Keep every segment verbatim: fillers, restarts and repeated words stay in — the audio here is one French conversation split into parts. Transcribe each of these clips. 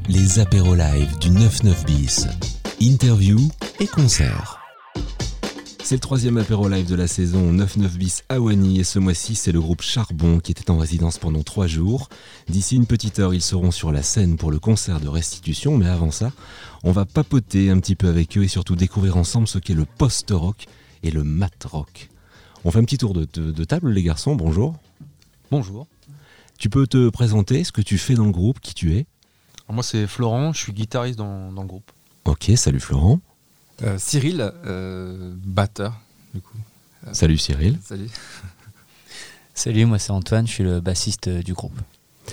Les apéros live du neuf-neuf bis. Interview et concert. C'est le troisième apéro live de la saison neuf-neuf bis à Wany et ce mois-ci c'est le groupe Charbon qui était en résidence pendant trois jours. D'ici une petite heure ils seront sur la scène pour le concert de restitution, mais avant ça on va papoter un petit peu avec eux et surtout découvrir ensemble ce qu'est le post-rock et le mat-rock. On fait un petit tour de, de, de table les garçons, bonjour. Bonjour. Tu peux te présenter, ce que tu fais dans le groupe, qui tu es? Alors moi c'est Florent, je suis guitariste dans, dans le groupe. Ok, salut Florent. Euh, Cyril, euh, batteur, du coup. Euh, salut Cyril. Salut. Salut, moi c'est Antoine, je suis le bassiste du groupe.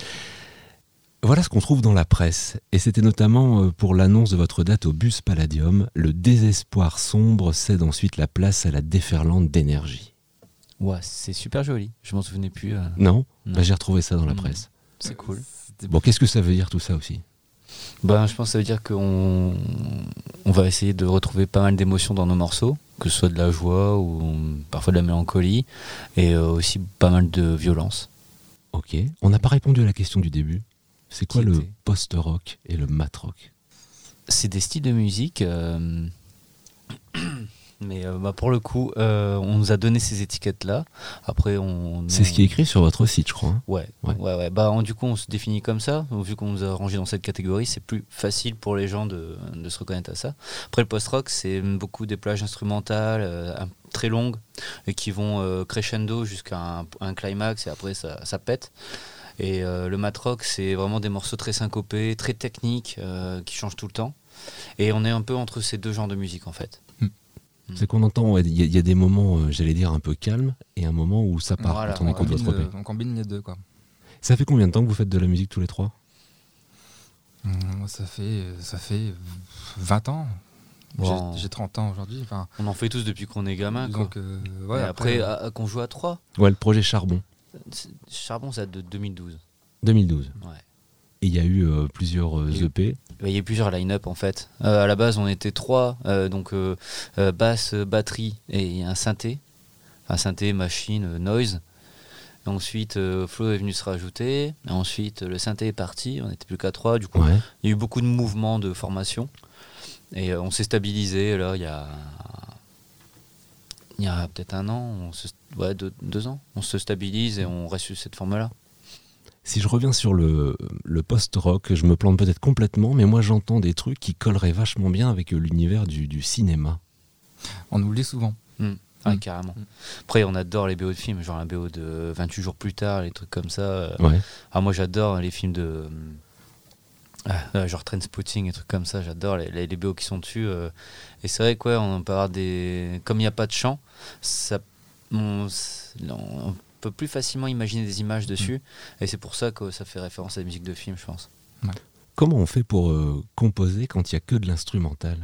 Voilà ce qu'on trouve dans la presse, et c'était notamment pour l'annonce de votre date au Bus Palladium. Le désespoir sombre cède ensuite la place à la déferlante d'énergie. Ouais, c'est super joli, je m'en souvenais plus. Euh... Non, non. Bah, j'ai retrouvé ça dans la presse. C'est cool. Bon, qu'est-ce que ça veut dire tout ça aussi? Ben, je pense que ça veut dire qu'on on va essayer de retrouver pas mal d'émotions dans nos morceaux, que ce soit de la joie ou parfois de la mélancolie, et euh, aussi pas mal de violence. Ok, on n'a pas répondu à la question du début. C'est quoi Qui le était post-rock et le mat-rock? C'est des styles de musique, euh... mais euh, bah, pour le coup, euh, on nous a donné ces étiquettes-là. Après, on. C'est on... ce qui est écrit sur votre site, je crois. Hein. Ouais, ouais, ouais, ouais. Bah, on, du coup, on se définit comme ça. Donc, vu qu'on nous a rangé dans cette catégorie, c'est plus facile pour les gens de, de se reconnaître à ça. Après, le post-rock, c'est beaucoup des plages instrumentales euh, très longues et qui vont euh, crescendo jusqu'à un, un climax et après ça, ça pète. Et euh, le mat-rock, c'est vraiment des morceaux très syncopés, très techniques, euh, qui changent tout le temps. Et on est un peu entre ces deux genres de musique, en fait. Mmh. C'est qu'on entend, il ouais, y, y a des moments, euh, j'allais dire, un peu calmes, et un moment où ça part, voilà, quand on on écoute combine, votre E P. on combine les deux, quoi. Ça fait combien de temps que vous faites de la musique tous les trois? Mmh, ça fait, ça fait vingt ans. Bon. J'ai, j'ai trente ans aujourd'hui. Enfin, on en fait tous depuis qu'on est gamin. Donc, quoi. euh, ouais, Et après, après à, à, qu'on joue à trois. Ouais, le projet Charbon. Charbon, ça date de deux mille douze. deux mille douze. Ouais. Et il y a eu euh, plusieurs euh, il E P. Il y a eu plusieurs line-up en fait. Euh, à la base, on était trois, euh, donc euh, euh, basse, batterie et un synthé. Un synthé, machine, euh, noise. Et ensuite, euh, Flo est venu se rajouter. Et ensuite, le synthé est parti. On n'était plus qu'à trois. Du coup, ouais. Il y a eu beaucoup de mouvements de formation. Et euh, on s'est stabilisé. Là, il y a, il y a peut-être un an, on se, ouais, deux, deux ans, on se stabilise et on reste sur cette forme-là. Si je reviens sur le, le post-rock, je me plante peut-être complètement, mais moi j'entends des trucs qui colleraient vachement bien avec l'univers du, du cinéma. On nous le dit souvent. Mmh. Ah, mmh. carrément. Mmh. Après, on adore les B O de films, genre la B O de vingt-huit jours plus tard, les trucs comme ça. Ouais. Ah, moi j'adore les films de. Euh, genre Trainspotting et trucs comme ça, j'adore les, les, les B O qui sont dessus. Euh, et c'est vrai que ouais, on peut avoir des. Comme il n'y a pas de chant, ça. On, on peut plus facilement imaginer des images dessus, mmh. et c'est pour ça que ça fait référence à la musique de film, je pense. Ouais. Comment on fait pour euh, composer quand il n'y a que de l'instrumental?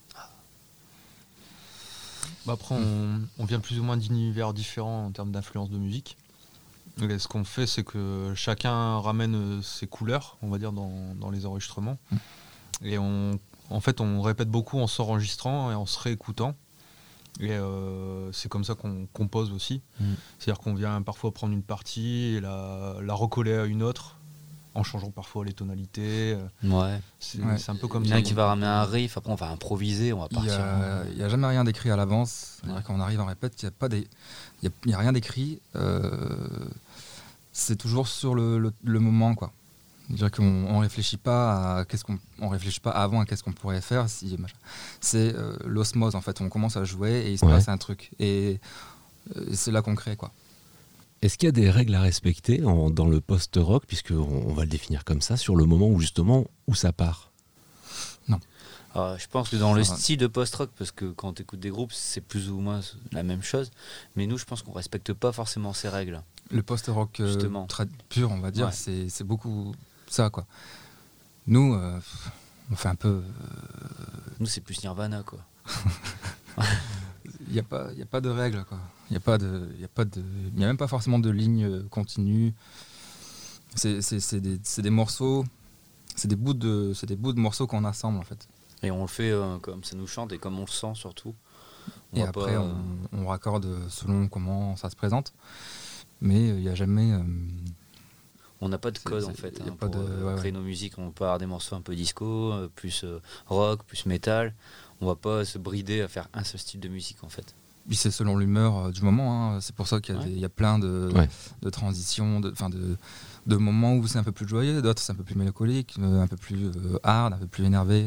Bah après, on, on vient plus ou moins d'univers différents en termes d'influence de musique. Et ce qu'on fait, c'est que chacun ramène ses couleurs, on va dire, dans, dans les enregistrements. Mmh. Et on, en fait, on répète beaucoup en s'enregistrant et en se réécoutant. Et euh, c'est comme ça qu'on compose aussi. Mmh. C'est-à-dire qu'on vient parfois prendre une partie et la, la recoller à une autre, en changeant parfois les tonalités. Ouais. C'est, ouais. c'est un peu comme il ça. Il y en a qui va ramener un riff, après on va improviser, on va partir. Il n'y a, a jamais rien d'écrit à l'avance. Ouais. Quand on arrive en répète, il n'y a, pas des, y a, y a rien d'écrit. Euh, c'est toujours sur le, le, le moment, quoi. C'est-à-dire qu'on ne réfléchit pas à qu'est-ce qu'on on réfléchit pas avant à qu'est-ce qu'on pourrait faire. Si, c'est euh, l'osmose, en fait. On commence à jouer et il se ouais. passe un truc. Et, euh, et c'est là qu'on crée, quoi. Est-ce qu'il y a des règles à respecter en, dans le post-rock, puisqu'on on va le définir comme ça, sur le moment où justement où ça part? Non. Alors, je pense que dans le style de post-rock, parce que quand tu écoutes des groupes, c'est plus ou moins la même chose, mais nous, je pense qu'on ne respecte pas forcément ces règles. Le post-rock euh, tra- pur, on va dire, ouais. c'est, c'est beaucoup ça, quoi. Nous, euh, on fait un peu... Euh... Nous, c'est plus Nirvana, quoi. Il n'y a pas, il n'y a pas de règles, quoi. Il n'y a pas de, il y a pas de, il n'y a même pas forcément de ligne continue. C'est, c'est, c'est des, c'est des morceaux, c'est des bouts de, c'est des bouts de morceaux qu'on assemble, en fait. Et on le fait euh, comme ça nous chante et comme on le sent surtout. On et après, pas, euh... on, on raccorde selon comment ça se présente. Mais il n'y a jamais... Euh... On n'a pas de code C'est- en c'est- fait y a hein, pas pour de- euh, ouais, créer ouais. nos musiques. On peut avoir des morceaux un peu disco, euh, plus euh, rock, plus métal. On va pas se brider à faire un seul style de musique en fait. Puis c'est selon l'humeur euh, du moment. hein. C'est pour ça qu'il y a, Ouais. des- il y a plein de, Ouais. de transitions, de, enfin de, de moments où c'est un peu plus joyeux, d'autres c'est un peu plus mélancolique, euh, un peu plus euh, hard, un peu plus énervé.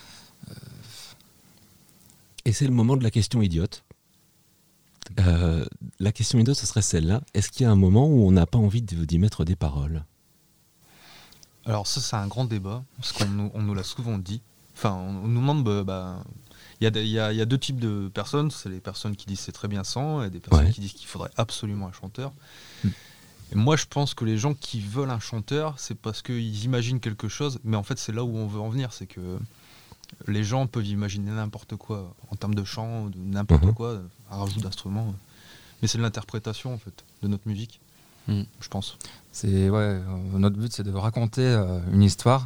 Et c'est le moment de la question idiote. Euh, la question idiote, ce serait celle-là. Est-ce qu'il y a un moment où on n'a pas envie de- d'y mettre des paroles? Alors ça c'est un grand débat, parce qu'on nous, on nous l'a souvent dit. Enfin, on, on nous demande, bah, bah, il y, a des- il y a- il y a deux types de personnes. C'est les personnes qui disent c'est très bien sans, et des personnes Ouais. qui disent qu'il faudrait absolument un chanteur. Mm. Et moi je pense que les gens qui veulent un chanteur, c'est parce qu'ils imaginent quelque chose, mais en fait c'est là où on veut en venir, c'est que les gens peuvent imaginer n'importe quoi, en termes de chant, de n'importe Mhm. quoi, un rajout d'instruments. Mais c'est de l'interprétation en fait, de notre musique, Mm. je pense. C'est ouais, euh, notre but c'est de raconter euh, une histoire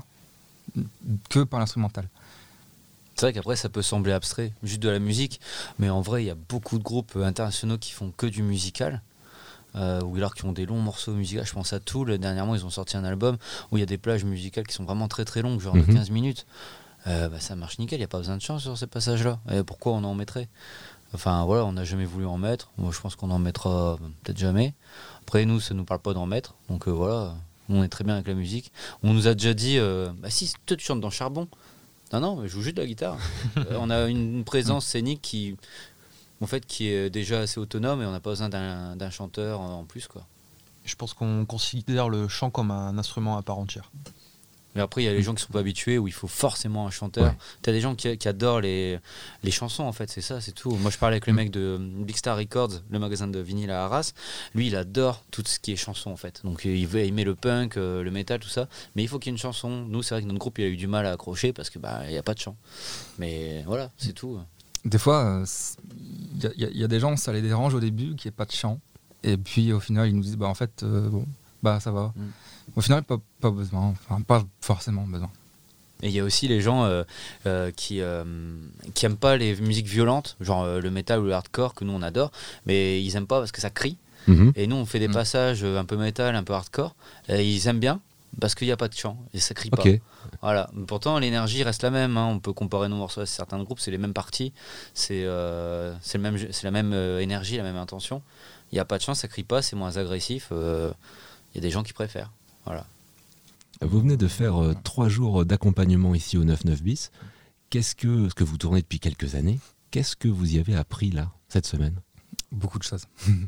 que par l'instrumental. C'est vrai qu'après ça peut sembler abstrait, juste de la musique, mais en vrai il y a beaucoup de groupes euh, internationaux qui font que du musical. Euh, ou alors qui ont des longs morceaux musicaux. Je pense à Tool, dernièrement ils ont sorti un album où il y a des plages musicales qui sont vraiment très très longues, genre Mhm. de quinze minutes. Euh, bah, ça marche nickel, il n'y a pas besoin de chant sur ces passages-là. Et pourquoi on en mettrait? Enfin voilà, on n'a jamais voulu en mettre. Moi je pense qu'on en mettra euh, peut-être jamais. Après nous, ça nous parle pas d'en mettre. Donc euh, voilà, on est très bien avec la musique. On nous a déjà dit, euh, bah si, toi tu chantes dans Charbon. Non, non, mais je joue juste de la guitare. Euh, on a une, une présence scénique qui, en fait, qui est déjà assez autonome et on n'a pas besoin d'un, d'un chanteur en plus, quoi. Je pense qu'on considère le chant comme un instrument à part entière. Mais après, il y a les gens qui sont pas habitués où il faut forcément un chanteur. Ouais. T'as des gens qui, qui adorent les, les chansons, en fait, c'est ça, c'est tout. Moi, je parlais avec le mec de Big Star Records, le magasin de vinyle à Arras. Lui, il adore tout ce qui est chanson, en fait. Donc, il veut aimer le punk, euh, le métal, tout ça. Mais il faut qu'il y ait une chanson. Nous, c'est vrai que notre groupe, il a eu du mal à accrocher parce que bah, il n'y a pas de chant. Mais voilà, c'est tout. Des fois, il y, y, y a des gens, ça les dérange au début qu'il n'y ait pas de chant. Et puis au final, ils nous disent, bah en fait, euh, bon, bah ça va. Mm. Au final, pas, pas besoin, enfin pas forcément besoin. Et il y a aussi les gens euh, euh, qui euh, qui aiment pas les musiques violentes, genre euh, le métal ou le hardcore que nous on adore, mais ils aiment pas parce que ça crie. Mhm. Et nous on fait des Mm. passages euh, un peu métal, un peu hardcore, et ils aiment bien parce qu'il n'y a pas de chant et ça crie Ok. pas. Voilà. Pourtant l'énergie reste la même. Hein. On peut comparer nos morceaux à certains groupes, c'est les mêmes parties, c'est euh, c'est le même, c'est la même euh, énergie, la même intention. Il n'y a pas de chant, ça crie pas, c'est moins agressif. euh, Il y a des gens qui préfèrent. Voilà. Vous venez de faire euh, trois jours d'accompagnement ici au neuf neuf bis. Qu'est-ce que, ce que vous tournez depuis quelques années, qu'est-ce que vous y avez appris là, cette semaine? Beaucoup de choses.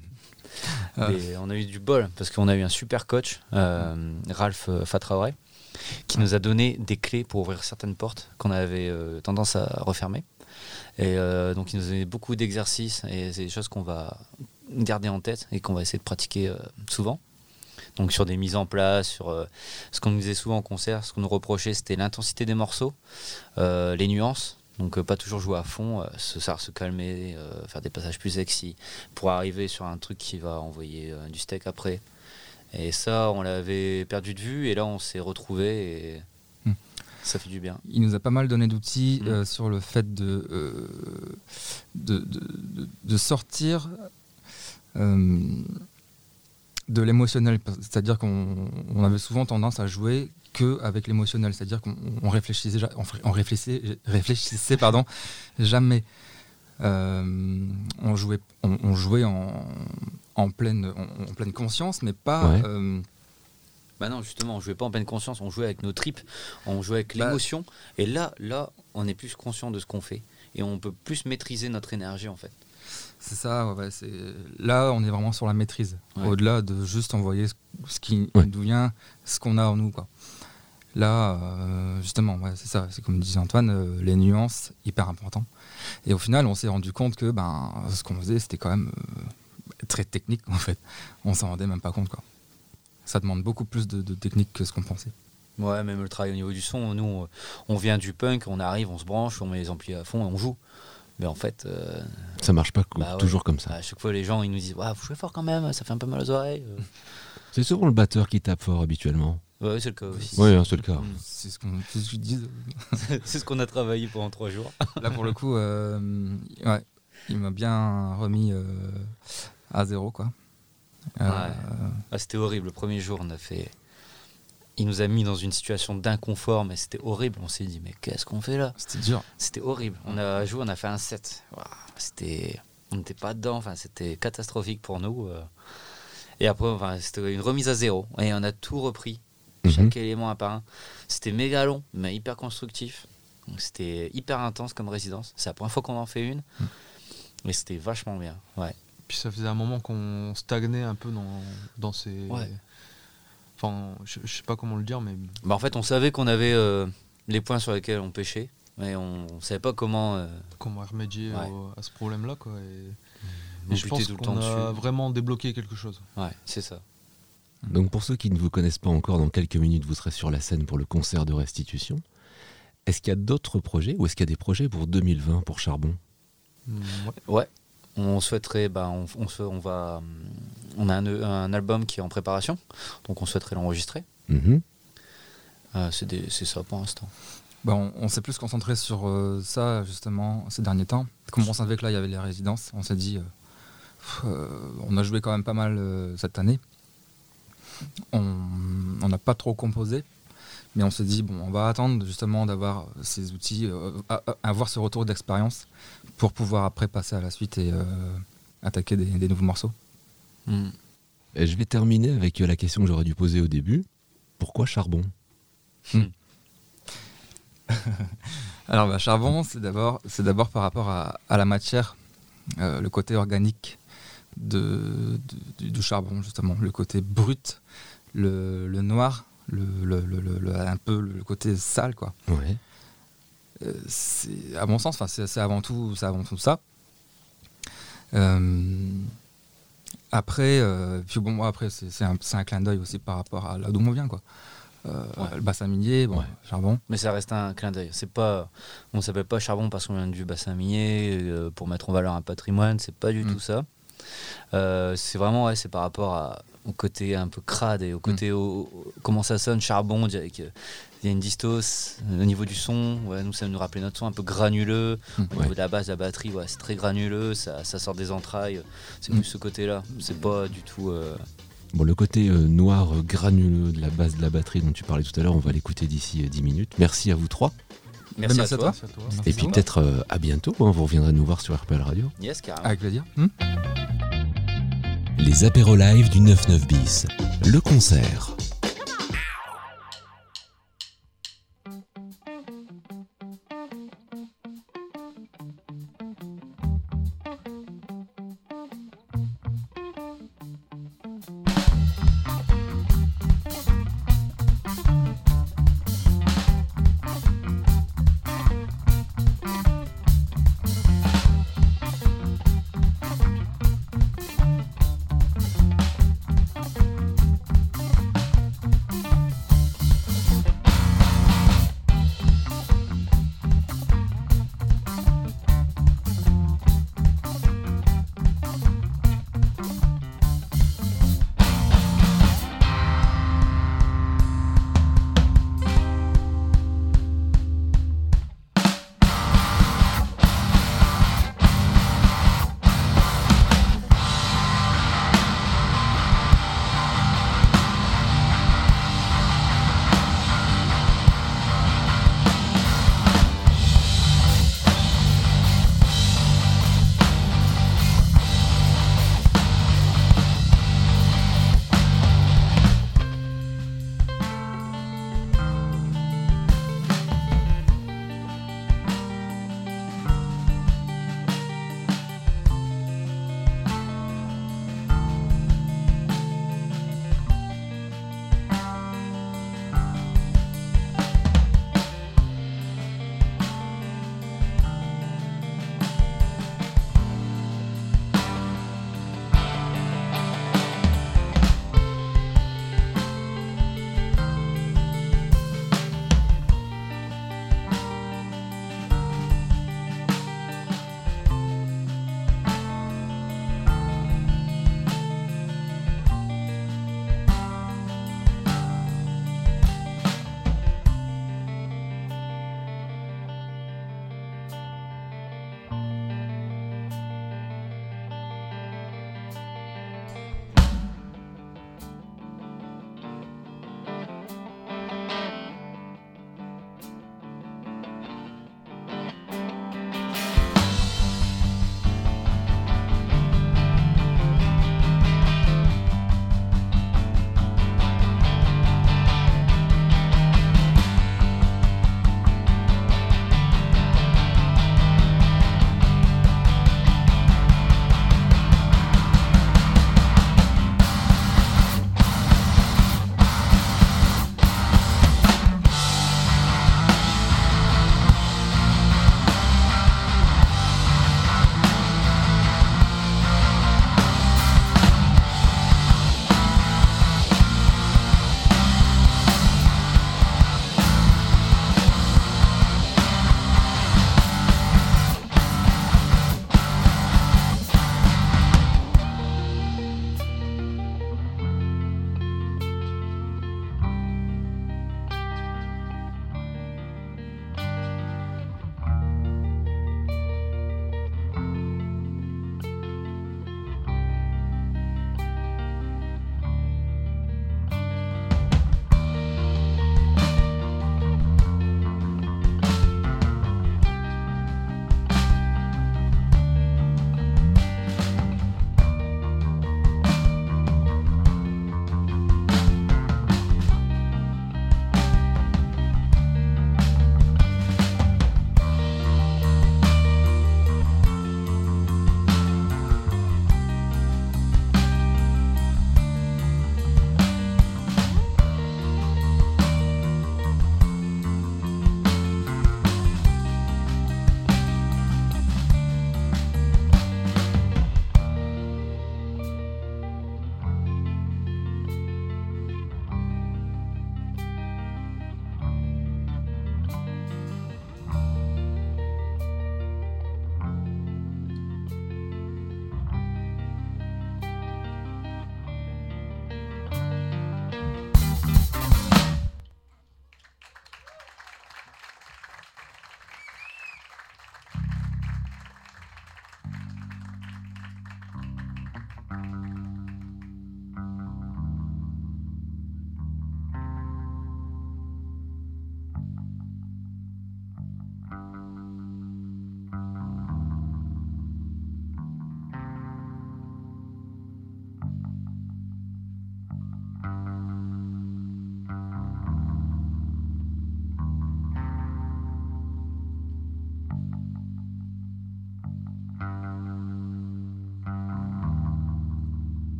Et on a eu du bol parce qu'on a eu un super coach, euh, Ralph Fatraoré, qui nous a donné des clés pour ouvrir certaines portes qu'on avait euh, tendance à refermer. Et euh, donc il nous a donné beaucoup d'exercices et c'est des choses qu'on va garder en tête et qu'on va essayer de pratiquer euh, souvent. Donc sur des mises en place, sur euh, ce qu'on nous disait souvent en concert, ce qu'on nous reprochait, c'était l'intensité des morceaux, euh, les nuances. Donc euh, pas toujours jouer à fond, euh, se, savoir se calmer, euh, faire des passages plus sexy pour arriver sur un truc qui va envoyer euh, du steak après. Et ça, on l'avait perdu de vue et là on s'est retrouvés et Mm. ça fait du bien. Il nous a pas mal donné d'outils Mm. euh, sur le fait de, euh, de, de, de- de sortir euh, de l'émotionnel. C'est-à-dire qu'on on avait souvent tendance à jouer que avec l'émotionnel. C'est-à-dire qu'on on réfléchissait, ja- on, fr- on réfléchissait, réfléchissait pardon, jamais. Euh, on jouait, on, on jouait en, en, pleine, en, en pleine conscience, mais pas... Ouais. euh, Bah non, justement, on jouait pas en pleine conscience, on jouait avec nos tripes, on jouait avec Bah- l'émotion. Et là, là, on est plus conscient de ce qu'on fait et on peut plus maîtriser notre énergie en fait. C'est ça, ouais, ouais, c'est... là on est vraiment sur la maîtrise, Ouais. au-delà de juste envoyer ce, ce qui Ouais. nous vient, ce qu'on a en nous, quoi. Là, euh, justement, ouais, c'est ça, c'est comme disait Antoine, euh, les nuances, hyper important. Et au final, on s'est rendu compte que ben, ce qu'on faisait, c'était quand même euh, très technique, en fait. On s'en rendait même pas compte, quoi. Ça demande beaucoup plus de, de technique que ce qu'on pensait. Ouais, même le travail au niveau du son, nous, on, on vient du punk, on arrive, on se branche, on met les amplis à fond et on joue. Mais en fait, euh, Ça marche pas cou- bah ouais. toujours comme ça. à chaque fois, les gens, ils nous disent ouais, vous jouez fort quand même, ça fait un peu mal aux oreilles. Euh, C'est souvent le batteur qui tape fort habituellement. Ouais, c'est le cas aussi. Oui, hein, c'est le cas. Mm. C'est ce qu'on c'est ce que je dis. C'est ce qu'on a travaillé pendant trois jours. Là, pour le coup, euh, ouais, il m'a bien remis euh, à zéro, quoi. Euh, Ouais. Ah, c'était horrible. Le premier jour, on a fait. il nous a mis dans une situation d'inconfort, mais c'était horrible. On s'est dit, mais qu'est-ce qu'on fait là ? C'était dur. C'était horrible. On a joué, on a fait un set. Wow, c'était, on n'était pas dedans. Enfin, c'était catastrophique pour nous. Et après, enfin, c'était une remise à zéro. Et on a tout repris, mm-hmm. chaque élément un par un. C'était méga long, mais hyper constructif. Donc, c'était hyper intense comme résidence. C'est la première fois qu'on en fait une. Mm. Et c'était vachement bien. Ouais. Puis ça faisait un moment qu'on stagnait un peu dans, dans ces... Ouais. Enfin, je, je sais pas comment le dire, mais... Bah en fait, on savait qu'on avait euh, les points sur lesquels on pêchait, mais on ne savait pas comment... Euh... Comment remédier ouais. au, à ce problème-là, quoi. Et, et je pense tout le qu'on temps a dessus. vraiment débloqué quelque chose. Ouais, c'est ça. Donc pour ceux qui ne vous connaissent pas encore, dans quelques minutes, vous serez sur la scène pour le concert de restitution. Est-ce qu'il y a d'autres projets, ou est-ce qu'il y a des projets pour deux mille vingt pour Charbon ? mmh, Ouais. Ouais. On souhaiterait, bah, on, on, se, on va, on a un, un album qui est en préparation, donc on souhaiterait l'enregistrer. Mmh. Euh, c'est, des, c'est ça pour l'instant. Bah on, on s'est plus concentré sur euh, ça justement ces derniers temps. Comme on savait que là il y avait les résidences, on s'est dit, euh, euh, on a joué quand même pas mal euh, cette année. On n'a pas trop composé, mais on s'est dit bon, on va attendre justement d'avoir ces outils, euh, à, à avoir ce retour d'expérience pour pouvoir après passer à la suite et euh, attaquer des, des nouveaux morceaux. Mmh. Et je vais terminer avec la question que j'aurais dû poser au début. Pourquoi Charbon ? mmh. Alors bah, Charbon, c'est d'abord, c'est d'abord par rapport à, à la matière, euh, le côté organique de, de, du, du charbon justement, le côté brut, le, le noir, le, le, le, le, un peu le côté sale quoi. Ouais. Euh, c'est, à mon sens, c'est, c'est, avant tout, c'est avant tout ça. Euh, après, euh, puis bon, moi, après c'est, c'est, un, c'est un clin d'œil aussi par rapport à là d'où on vient quoi. Euh, ouais. Le bassin minier, bon, ouais. Charbon. Mais ça reste un clin d'œil. C'est pas, on s'appelle pas Charbon parce qu'on vient du bassin minier euh, pour mettre en valeur un patrimoine. C'est pas du mmh. tout ça. Euh, c'est vraiment ouais, c'est par rapport à, au côté un peu crade et au côté mmh. au, au, comment ça sonne Charbon. On dirait qu'il y a une distance au niveau du son. Ouais, nous ça nous rappelait notre son un peu granuleux. Mmh. Au niveau ouais. de la base, de la batterie, ouais, c'est très granuleux. Ça, ça sort des entrailles. C'est mmh. plus ce côté-là. C'est pas du tout. Euh, Bon, le côté euh, noir euh, granuleux de la base de la batterie dont tu parlais tout à l'heure, on va l'écouter d'ici euh, dix minutes. Merci à vous trois. Merci, Merci, à, toi. à toi. Et puis peut-être euh, à bientôt, hein, vous reviendrez nous voir sur R P L Radio. Yes, carrément. Avec plaisir. Mmh. Les apéros live du neuf neuf bis, le concert.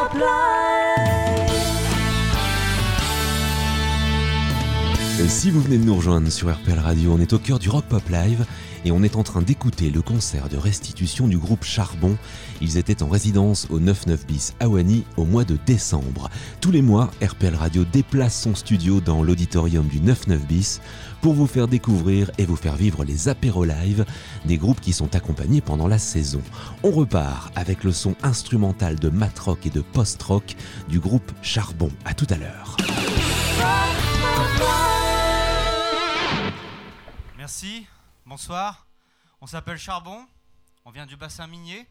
Pop Live. Si vous venez de nous rejoindre sur R P L Radio, on est au cœur du Rock Pop Live et on est en train d'écouter le concert de restitution du groupe Charbon. Ils étaient en résidence au neuf neuf bis à Wany au mois de décembre. Tous les mois, R P L Radio déplace son studio dans l'auditorium du neuf neuf bis pour vous faire découvrir et vous faire vivre les apéros live des groupes qui sont accompagnés pendant la saison. On repart avec le son instrumental de mat rock et de post-rock du groupe Charbon. À tout à l'heure. Merci, bonsoir. On s'appelle Charbon, on vient du bassin minier.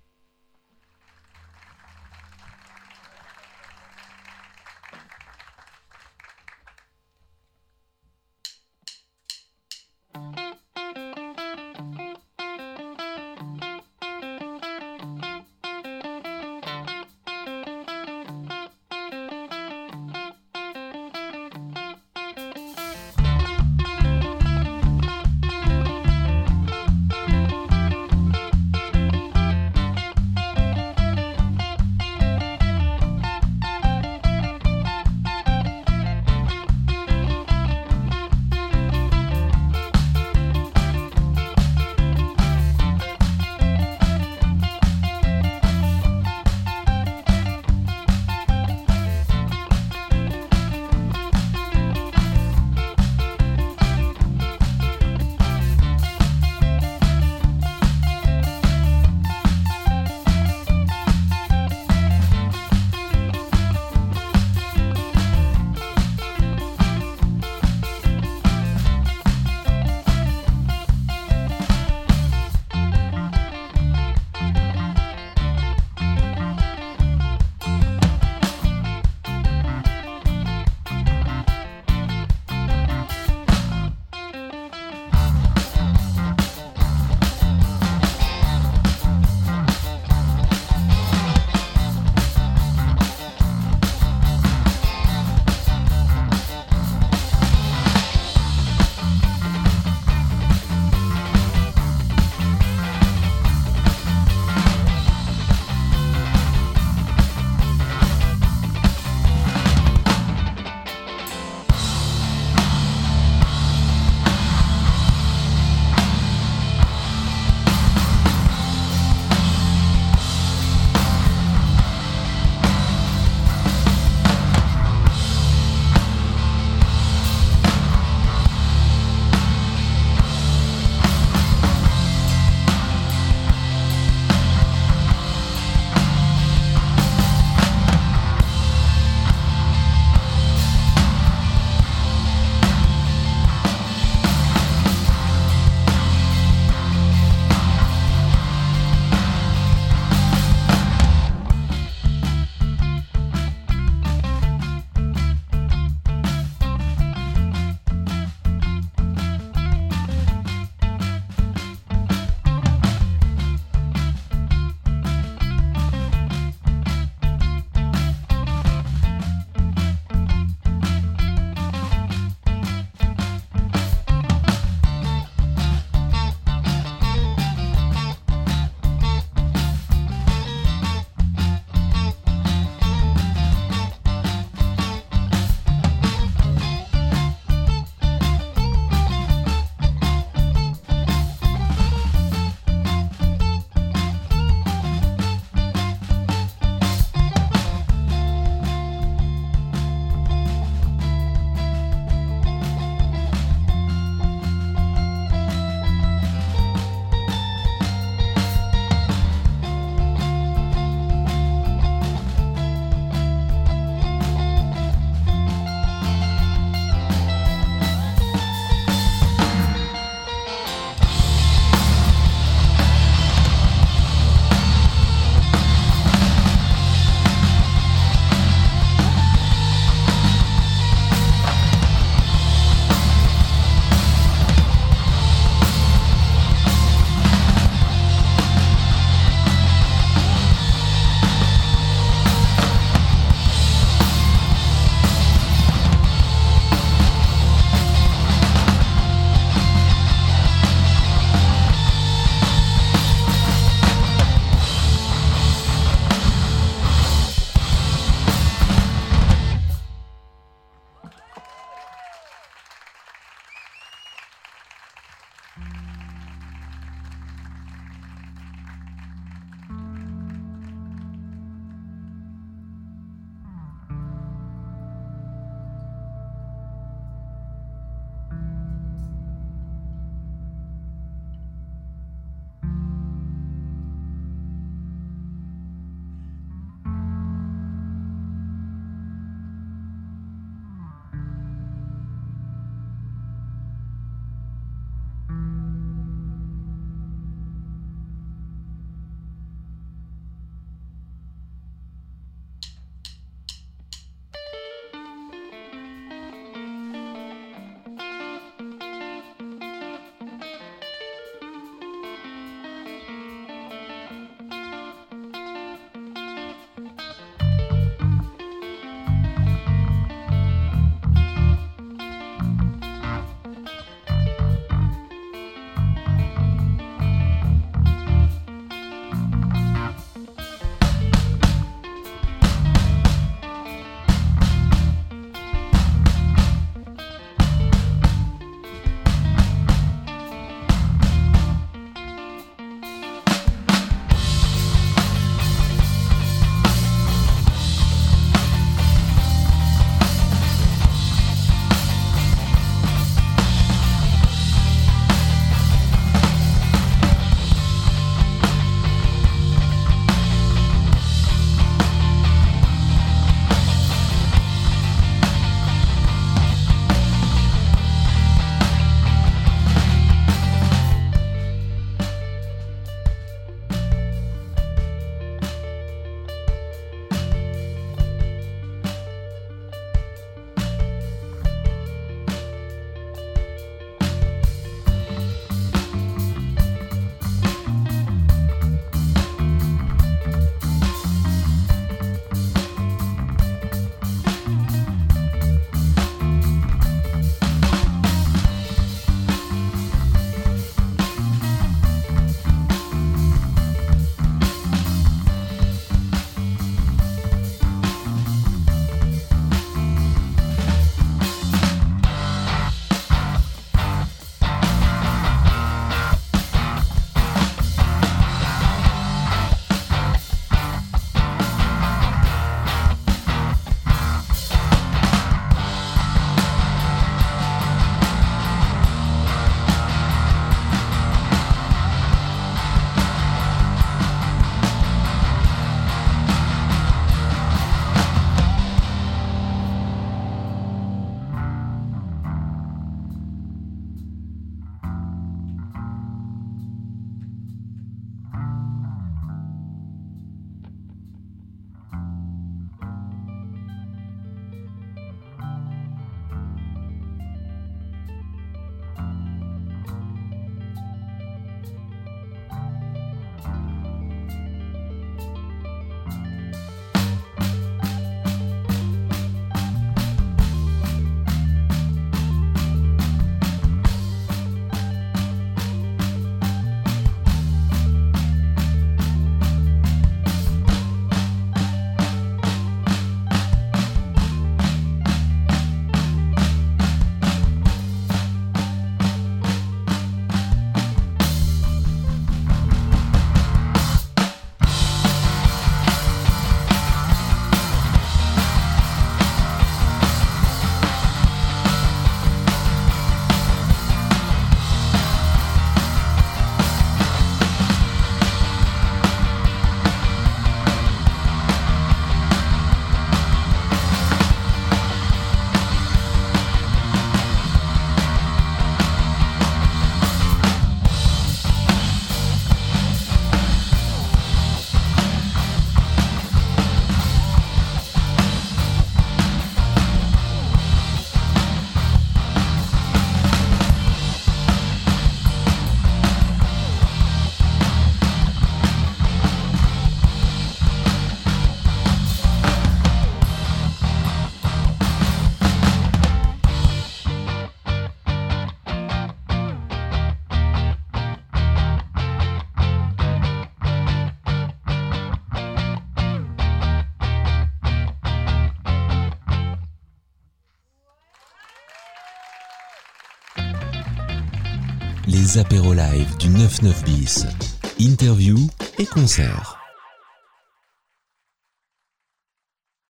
Les apéros live du neuf neuf bis. Interview et concert.